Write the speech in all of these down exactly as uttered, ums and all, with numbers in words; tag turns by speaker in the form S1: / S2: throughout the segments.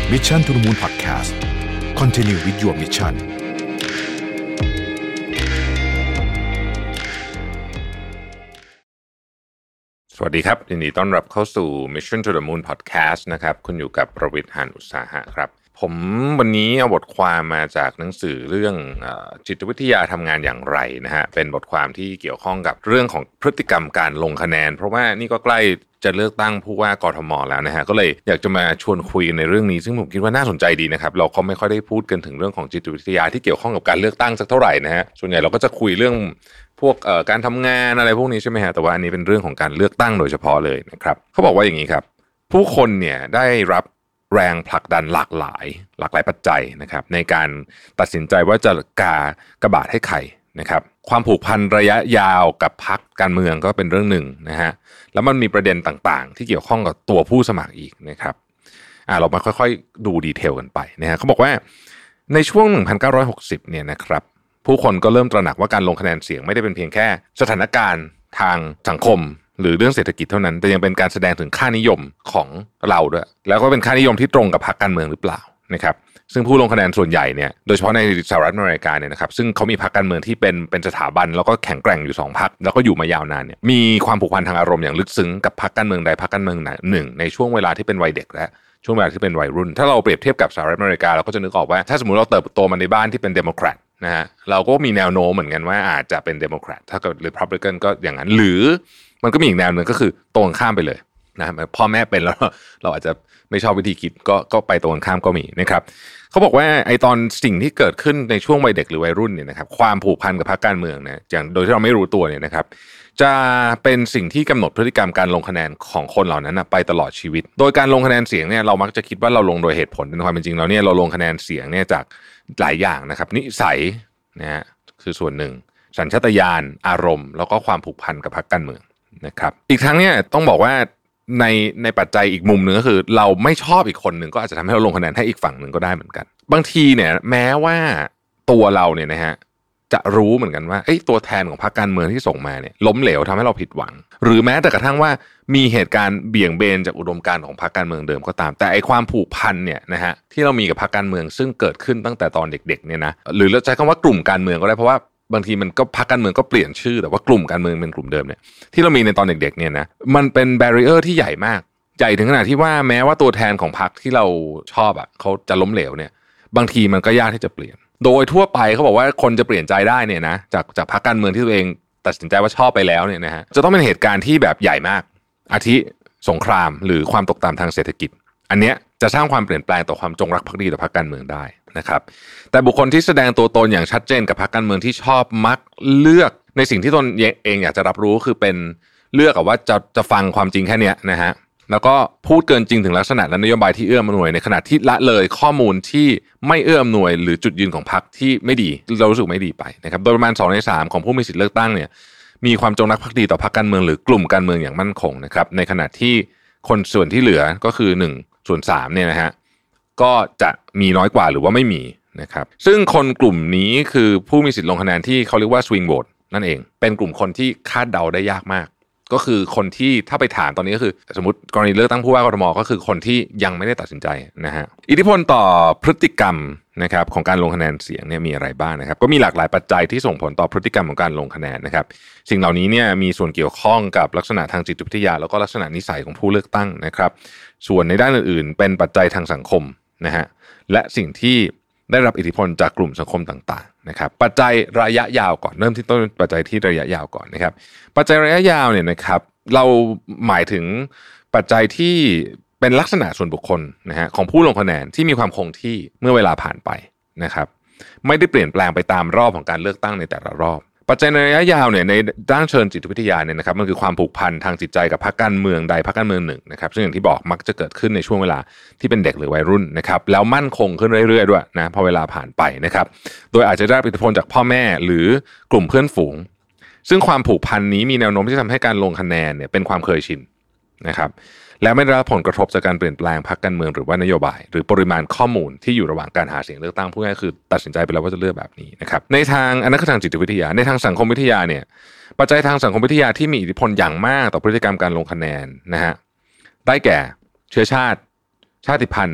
S1: Mission to the Moon Podcast Continue with your mission
S2: สวัสดีครับยินดีต้อนรับเข้าสู่ Mission to the Moon Podcast นะครับคุณอยู่กับประวิตร หาญอุตสาหะครับผมวันนี้เอาบทความมาจากหนังสือเรื่องเอ่อจิตวิทยาทำงานอย่างไรนะฮะเป็นบทความที่เกี่ยวข้องกับเรื่องของพฤติกรรมการลงคะแนนเพราะว่านี่ก็ใกล้จะเลือกตั้งผู้ว่ากทมแล้วนะฮะก็เลยอยากจะมาชวนคุยในเรื่องนี้ซึ่งผมคิดว่าน่าสนใจดีนะครับเราก็ไม่ค่อยได้พูดกันถึงเรื่องของจิตวิทยาที่เกี่ยวข้องกับการเลือกตั้งสักเท่าไหร่นะฮะส่วนใหญ่เราก็จะคุยเรื่องพวกเอ่อการทำงานอะไรพวกนี้ใช่ไหมฮะแต่ว่าอันนี้เป็นเรื่องของการเลือกตั้งโดยเฉพาะเลยนะครับเขาบอกว่าอย่างนี้ครับผู้คนเนี่ยได้รับแรงผลักดันหลากหลายหลากหลายปัจจัยนะครับในการตัดสินใจว่าจะกากระบาดให้ใครนะครับความผูกพันระยะยาวกับพรรคการเมืองก็เป็นเรื่องหนึ่งนะฮะแล้วมันมีประเด็นต่างๆที่เกี่ยวข้องกับตัวผู้สมัครอีกนะครับอ่าเรามาค่อยๆดูดีเทลกันไปนะฮะเขาบอกว่าในช่วงหนึ่งพันเก้าร้อยหกสิบเนี่ยนะครับผู้คนก็เริ่มตระหนักว่าการลงคะแนนเสียงไม่ได้เป็นเพียงแค่สถานการณ์ทางสังคมหรือเรื่องเศรษฐกิจเท่านั้นแต่ยังเป็นการแสดงถึงค่านิยมของเราด้วยแล้วก็เป็นค่านิยมที่ตรงกับพรรคการเมืองหรือเปล่านะครับซึ่งผู้ลงคะแนนส่วนใหญ่เนี่ยโดยเฉพาะในสหรัฐอเมริกาเนี่ยนะครับซึ่งเขามีพรรคการเมืองที่เป็นเป็นสถาบันแล้วก็แข็งแกร่งอยู่สองพรรคแล้วก็อยู่มายาวนานเนี่ยมีความผูกพันทางอารมณ์อย่างลึกซึ้งกับพรรคการเมืองใดพรรคการเมืองหนึ่งในช่วงเวลาที่เป็นวัยเด็กและช่วงเวลาที่เป็นวัยรุ่นถ้าเราเปรียบเทียบกับสหรัฐอเมริกาเราก็จะนึกออกว่าถ้าสมมุติเราเติบโตมาในบ้านที่เป็นเดโมแครตนะฮะเราก็มีแนวโน้มเหมือนกันว่าอาจจะเป็นเดโมแครตถ้าเกิดรีพับลิกันก็อย่างนั้นหรือมันก็มีอีกแนวนึงก็คือตรงข้ามไปเลยนะพ่อแม่เป็นแล้วเราอาจจะไม่ชอบวิธีคิดก็ก็ไปตรงข้ามก็มีนะครับเขาบอกว่าไอ้ตอนสิ่งที่เกิดขึ้นในช่วงวัยเด็กหรือวัยรุ่นเนี่ยนะครับความผูกพันกับพรรคการเมืองเนี่ยอย่างโดยที่เราไม่รู้ตัวเนี่ยนะครับจะเป็นสิ่งที่กำหนดพฤติกรรมการลงคะแนนของคนเหล่านั้นนะไปตลอดชีวิตโดยการลงคะแนนเสียงเนี่ยเรามักจะคิดว่าเราลงโดยเหตุผลในความเป็นจริงแล้วเนี่ยเราลงคะแนนเสียงเนี่ยจากหลายอย่างนะครับนิสัยนะฮะคือส่วนหนึ่งสัญชาตญาณอารมณ์แล้วก็ความผูกพันกับพรรคการเมืองนะครับอีกทั้งเนี่ยต้องบอกว่าในในปัจจัยอีกมุมหนึ่งก็คือเราไม่ชอบอีกคนหนึ่งก็อาจจะทำให้เราลงคะแนนให้อีกฝั่งหนึ่งก็ได้เหมือนกันบางทีเนี่ยแม้ว่าตัวเราเนี่ยนะฮะจะรู้เหมือนกันว่าไอ้ตัวแทนของพรรคการเมืองที่ส่งมาเนี่ยล้มเหลวทำให้เราผิดหวังหรือแม้แต่กระทั่งว่ามีเหตุการณ์เบี่ยงเบนจากอุดมการณ์ของพรรคการเมืองเดิมก็ตามแต่ไอ้ความผูกพันเนี่ยนะฮะที่เรามีกับพรรคการเมืองซึ่งเกิดขึ้นตั้งแต่ตอนเด็กๆเนี่ยนะหรือเราใช้คำว่ากลุ่มการเมืองก็ได้เพราะว่าบางทีมันก็พรรคการเมืองก็เปลี่ยนชื่อแต่ว่ากลุ่มการเมืองเป็นกลุ่มเดิมเนี่ยที่เรามีในตอนเด็กๆเนี่ยนะมันเป็นแบรีเออร์ที่ใหญ่มากใหญ่ถึงขนาดที่ว่าแม้ว่าตัวแทนของพรรคที่เราชอบอ่ะเขาจะล้มเหลวเนี่ยบางทีมันก็ยากที่จะเปลี่ยนโดยทั่วไปเขาบอกว่าคนจะเปลี่ยนใจได้เนี่ยนะจากจากพรรคการเมืองที่ตัวเองตัดสินใจว่าชอบไปแล้วเนี่ยนะฮะจะต้องเป็นเหตุการณ์ที่แบบใหญ่มากอาทิสงครามหรือความตกต่ำทางเศรษฐกิจอันเนี้ยจะสร้างความเปลี่ยนแปลงต่อความจงรักภักดีต่อพรรคการเมืองได้นะครับแต่บุคคลที่แสดงตัวตนอย่างชัดเจนกับพรรคการเมืองที่ชอบมักเลือกในสิ่งที่ตนเองอยากจะรับรู้คือเป็นเลือกกับว่าจะจะฟังความจริงแค่เนี้ยนะฮะแล้วก็พูดเกินจริงถึงลักษณะและนโยบายที่เอื้ออำนวยในขณะที่ละเลยข้อมูลที่ไม่เอื้ออำนวยหรือจุดยืนของพรรคที่ไม่ดีเรารู้สึกไม่ดีไปนะครับโดยประมาณสองในสามของผู้มีสิทธิเลือกตั้งเนี่ยมีความจงรักภักดีต่อพรรคการเมืองหรือกลุ่มการเมืองอย่างมั่นคงนะครับในขณะที่คนส่วนที่เหลือก็คือหนึ่งส่วนสามเนี่ยนะฮะก็จะมีน้อยกว่าหรือว่าไม่มีนะครับซึ่งคนกลุ่มนี้คือผู้มีสิทธิ์ลงคะแนนที่เขาเรียกว่า swing vote นั่นเองเป็นกลุ่มคนที่คาดเดาได้ยากมากก็คือคนที่ถ้าไปถามตอนนี้ก็คือสมมติกรณีเลือกตั้งผู้ว่ากทมก็คือคนที่ยังไม่ได้ตัดสินใจนะฮะอิทธิพลต่อพฤติกรรมนะครับของการลงคะแนนเสียงเนี่ยมีอะไรบ้างนะครับก็มีหลากหลายปัจจัยที่ส่งผลต่อพฤติกรรมของการลงคะแนนนะครับสิ่งเหล่านี้เนี่ยมีส่วนเกี่ยวข้องกับลักษณะทางจิตวิทยาแล้วก็ลักษณะนิสัยของผู้เลือกตั้งนะครับส่วนในด้านอื่นๆเป็นปัจจัยทางสังคมนะฮะและสิ่งที่ได้รับอิทธิพลจากกลุ่มสังคมต่างๆนะครับปัจจัยระยะยาวก่อนเริ่มที่ต้นปัจจัยที่ระยะยาวก่อนนะครับปัจจัยระยะยาวเนี่ยนะครับเราหมายถึงปัจจัยที่เป็นลักษณะส่วนบุคคลนะฮะของผู้ลงคะแนนที่มีความคงที่เมื่อเวลาผ่านไปนะครับไม่ได้เปลี่ยนแปลงไปตามรอบของการเลือกตั้งในแต่ละรอบปัจจัยในระยะยาวเนี่ยในด้านเชิงจิตวิทยาเนี่ยนะครับมันคือความผูกพันทางจิตใจกับพรรคการเมืองใดพรรคการเมืองหนึ่งนะครับซึ่งอย่างที่บอกมักจะเกิดขึ้นในช่วงเวลาที่เป็นเด็กหรือวัยรุ่นนะครับแล้วมั่นคงขึ้นเรื่อยๆด้วยนะพอเวลาผ่านไปนะครับโดยอาจจะได้อิทธิพลจากพ่อแม่หรือกลุ่มเพื่อนฝูงซึ่งความผูกพันนี้มีแนวโน้มที่จะทำให้การลงคะแนนเนี่ยเป็นความเคยชินนะครับและไม่ได้รับผลกระทบจากการเปลี่ยนแปลงพรรคการเมืองหรือว่านโยบายหรือปริมาณข้อมูลที่อยู่ระหว่างการหาเสียงเลือกตั้งพูดง่ายๆคือตัดสินใจไปแล้วว่าจะเลือกแบบนี้นะครับในทางอันนั้นคือทางจิตวิทยาในทางสังคมวิทยาเนี่ยปัจจัยทางสังคมวิทยาที่มีอิทธิพลอย่างมากต่อพฤติกรรมการลงคะแนนนะฮะได้แก่เชื้อชาติชาติพันธุ์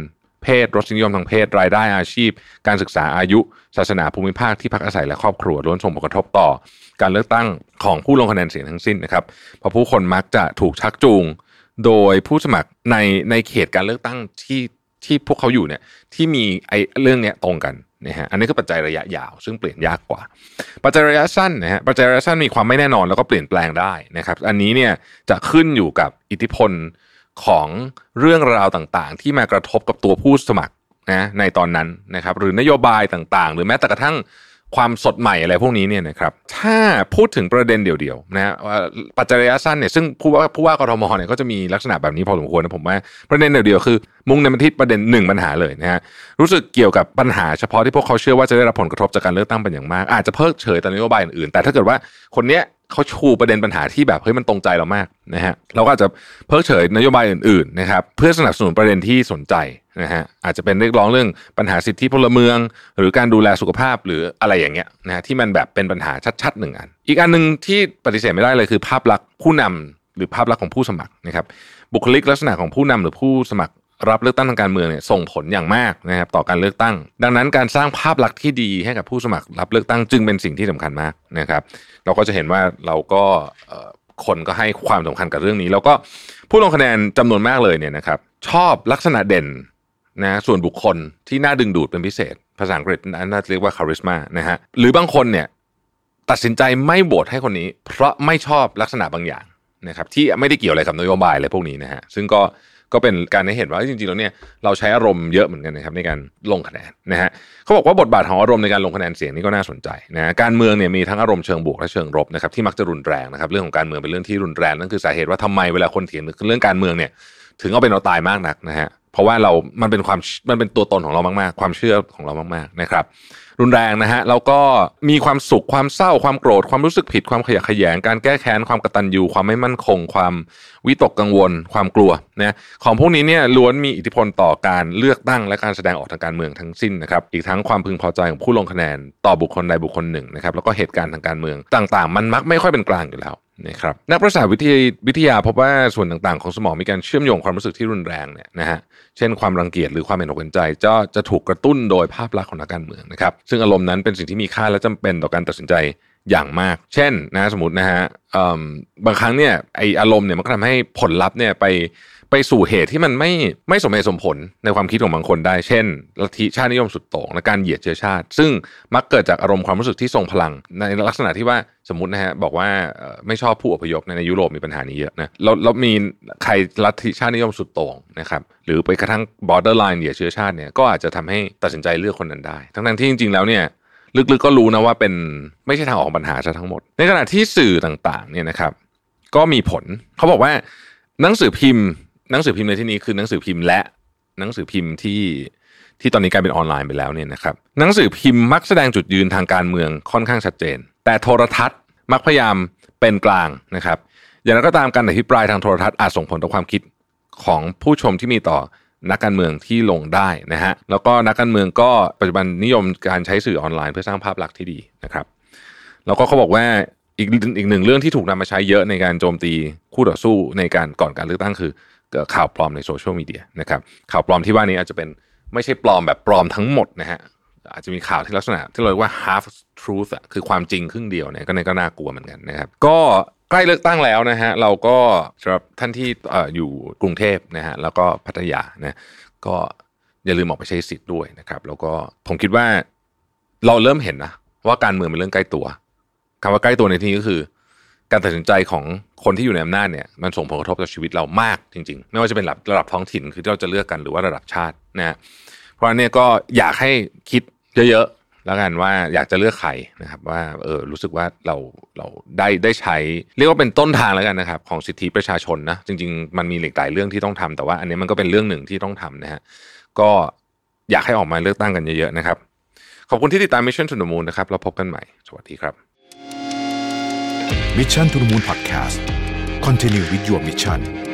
S2: เพศรสนิยมทางเพศรายได้อาชีพการศึกษาอายุศาสนาภูมิภาคที่พักอาศัยและครอบครัวล้วนส่งผลกระทบต่อการเลือกตั้งของผู้ลงคะแนนเสียงทั้งสิ้นนะครับเพราะผู้คนมักจะถูกชักจูงโดยผู้สมัครในในเขตการเลือกตั้งที่ที่พวกเขาอยู่เนี่ยที่มีไอ้เรื่องเนี้ยตรงกันนะฮะอันนี้ก็ปัจจัยระยะยาวซึ่งเปลี่ยนยากกว่าปัจจัยระยะสั้นนะฮะปัจจัยระยะสั้นมีความไม่แน่นอนแล้วก็เปลี่ยนแปลงได้นะครับอันนี้เนี่ยจะขึ้นอยู่กับอิทธิพลของเรื่องราวต่างๆที่มากระทบกับตัวผู้สมัครนะในตอนนั้นนะครับหรือนโยบายต่างๆหรือแม้แต่กระทั่งความสดใหม่อะไรพวกนี้เนี่ยนะครับถ้าพูดถึงประเด็นเดี่ยวๆนะว่าปัจจัยระยะสั้นเนี่ยซึ่งผู้ว่าผู้ว่ากทมเนี่ยก็จะมีลักษณะแบบนี้พอสมควรนะผมว่าประเด็นเดี่ยวๆคือมุ่งในที่ประเด็นหนึ่งปัญหาเลยนะฮะรู้สึกเกี่ยวกับปัญหาเฉพาะที่พวกเขาเชื่อว่าจะได้รับผลกระทบจากการเลือกตั้งเป็นอย่างมากอาจจะเพิกเฉยต่อนโยบายอื่นๆแต่ถ้าเกิดว่าคนเนี้ยเขาชูประเด็นปัญหาที่แบบเฮ้ยมันตรงใจเรามากนะฮะเราก็อาจจะเพิกเฉยนโยบายอื่นๆนะครับเพื่อสนับสนุนประเด็นที่สนใจนะฮะอาจจะเป็นเรียกร้องเรื่องปัญหาสิทธิพลเมืองหรือการดูแลสุขภาพหรืออะไรอย่างเงี้ยนะฮะที่มันแบบเป็นปัญหาชัดๆหนึ่งอันอีกอันนึงที่ปฏิเสธไม่ได้เลยคือภาพลักษณ์ผู้นำหรือภาพลักษณ์ของผู้สมัครนะครับบุคลิกลักษณะของผู้นำหรือผู้สมัครรับเลือกตั้งทางการเมืองเนี่ยส่งผลอย่างมากนะครับต่อการเลือกตั้งดังนั้นการสร้างภาพลักษณ์ที่ดีให้กับผู้สมัครรับเลือกตั้งจึงเป็นสิ่งที่สำคัญมากนะครับเราก็จะเห็นว่าเราก็คนก็ให้ความสำคัญกับเรื่องนี้แล้วก็ผู้ลงคะแนนจำนวนมากเลยเนี่ยนะครับชอบลักษณะเด่นนะส่วนบุคคลที่น่าดึงดูดเป็นพิเศษภาษาอังกฤษน่าเรียกว่า charisma นะฮะหรือบางคนเนี่ยตัดสินใจไม่โหวตให้คนนี้เพราะไม่ชอบลักษณะบางอย่างนะครับที่ไม่ได้เกี่ยวอะไรกับนโยบายอะไรพวกนี้นะฮะซึ่งก็ก็เป็นการให้เห็นว่าจริงๆแล้วเนี่ยเราใช้อารมณ์เยอะเหมือนกันนะครับในการลงคะแนนนะฮะเขาบอกว่าบทบาทของอารมณ์ในการลงคะแนนเสียงนี่ก็น่าสนใจนะการเมืองเนี่ยมีทั้งอารมณ์เชิงบวกและเชิงลบนะครับที่มักจะรุนแรงนะครับเรื่องของการเมืองเป็นเรื่องที่รุนแรงนั่นคือสาเหตุว่าทำไมเวลาคนเถียงเรื่องการเมืองเนี่ยถึงเอาเป็นเอาตายมากนักนะฮะเพราะว่าเรามันเป็นความมันเป็นตัวตนของเรามากๆความเชื่อของเรามากๆนะครับรุนแรงนะฮะแล้วก็มีความสุขความเศร้าความโกรธความรู้สึกผิดความขยะแขยงการแก้แค้นความกตัญญูความไม่มั่นคงความวิตกกังวลความกลัวนะของพวกนี้เนี่ยล้วนมีอิทธิพลต่อการเลือกตั้งและการแสดงออกทางการเมืองทั้งสิ้นนะครับอีกทั้งความพึงพอใจของผู้ลงคะแนนต่อบุคคลใดบุคคลหนึ่งนะครับแล้วก็เหตุการณ์ทางการเมืองต่างๆมันมักไม่ค่อยเป็นกลางอยู่แล้วนะครับนักประสาทวิทยาวิทยาพบว่าส่วนต่างๆของสมองมีการเชื่อมโยงความรู้สึกที่รุนแรงเนี่ยนะฮะเช่นความรังเกียจหรือความเห็นอกเห็นใจจะจะถูกกระตุ้นโดยภาพลักษณ์ของนักการเมืองนะครับซึ่งอารมณ์นั้นเป็นสิ่งที่มีค่าและจำเป็นต่อการตัดสินใจอย่างมากเช่นนะสมมตินะฮะบางครั้งเนี่ยไออารมณ์เนี่ยมันก็ทำให้ผลลัพธ์เนี่ยไปไปสู่เหตุที่มันไม่ไม่สมเหตุสมผลในความคิดของบางคนได้เช่นลัทธิชาตินิยมสุดโต่งและการเหยียดเชื้อชาติซึ่งมักเกิดจากอารมณ์ความรู้สึกที่ทรงพลังในลักษณะที่ว่าสมมุตินะฮะบอกว่าไม่ชอบผู้อพยพในยุโรปมีปัญหานี้เยอะนะแล้วแล้วมีใครลัทธิชาตินิยมสุดโต่งนะครับหรือไปกระทั่ง borderline เหยียดเชื้อชาติเนี่ยก็อาจจะทำให้ตัดสินใจเลือกคนนั้นได้ทั้งๆที่จริงๆแล้วเนี่ยลึกๆก็รู้นะว่าเป็นไม่ใช่ทางออกของปัญหาซะทั้งหมดในขณะที่สื่อต่างๆเนี่ยนะครับก็มีผลเขาบอกว่าหนังสือพิมพ์หนังสือพิมพ์ในที่นี้คือหนังสือพิมพ์และหนังสือพิมพ์ที่ที่ตอนนี้กลายเป็นออนไลน์ไปแล้วเนี่ยนะครับหนังสือพิมพ์มักแสดงจุดยืนทางการเมืองค่อนข้างชัดเจนแต่โทรทัศน์มักพยายามเป็นกลางนะครับอย่างไรก็ตามการอภิปรายทางโทรทัศน์อาจส่งผลต่อความคิดของผู้ชมที่มีต่อนักการเมืองที่ลงได้นะฮะแล้วก็นักการเมืองก็ปัจจุบันนิยมการใช้สื่อออนไลน์เพื่อสร้างภาพลักษณ์ที่ดีนะครับแล้วก็เขาบอกว่าอีกอีกหนึ่งเรื่องที่ถูกนำมาใช้เยอะในการโจมตีคู่ต่อสู้ในการก่อนการเลือกตั้งคือข่าวปลอมในโซเชียลมีเดียนะครับข่าวปลอมที่ว่านี้อาจจะเป็นไม่ใช่ปลอมแบบปลอมทั้งหมดนะฮะอาจจะมีข่าวที่ลักษณะที่เราเรียกว่า half truth อ่ะคือความจริงครึ่งเดียวเนี่ยก็ในก็น่ากลัวเหมือนกันนะครับก็ใกล้เลือกตั้งแล้วนะฮะเราก็สำหรับท่านที่เอ่ออยู่กรุงเทพนะฮะแล้วก็พัทยานะก็อย่าลืมออกไปใช้สิทธิ์ด้วยนะครับแล้วก็ผมคิดว่าเราเริ่มเห็นนะว่าการเมืองเป็นเรื่องใกล้ตัวคำว่าใกล้ตัวในที่นี้ก็คือการตัดสินใจของคนที่อยู่ในอำนาจเนี่ยมันส่งผลกระทบต่อชีวิตเรามากจริงๆไม่ว่าจะเป็นระดับระดับท้องถิ่นคือที่เราจะเลือกกันหรือว่าระดับชาตินะฮะเพราะฉะนั้นเนี่ยก็อยากให้คิดเยอะๆแล้วกันว่าอยากจะเลือกใครนะครับว่าเออรู้สึกว่าเราเราได้ได้ใช้เรียกว่าเป็นต้นทางแล้วกันนะครับของสิทธิประชาชนนะจริงๆมันมีหลายเรื่องที่ต้องทำแต่ว่าอันนี้มันก็เป็นเรื่องหนึ่งที่ต้องทำนะฮะก็อยากให้ออกมาเลือกตั้งกันเยอะๆนะครับขอบคุณที่ติดตาม Mission to the Moon นะครับแล้วพบกันใหม่สวัสดีครับ
S1: Mission to the Moon Podcast Continue with your mission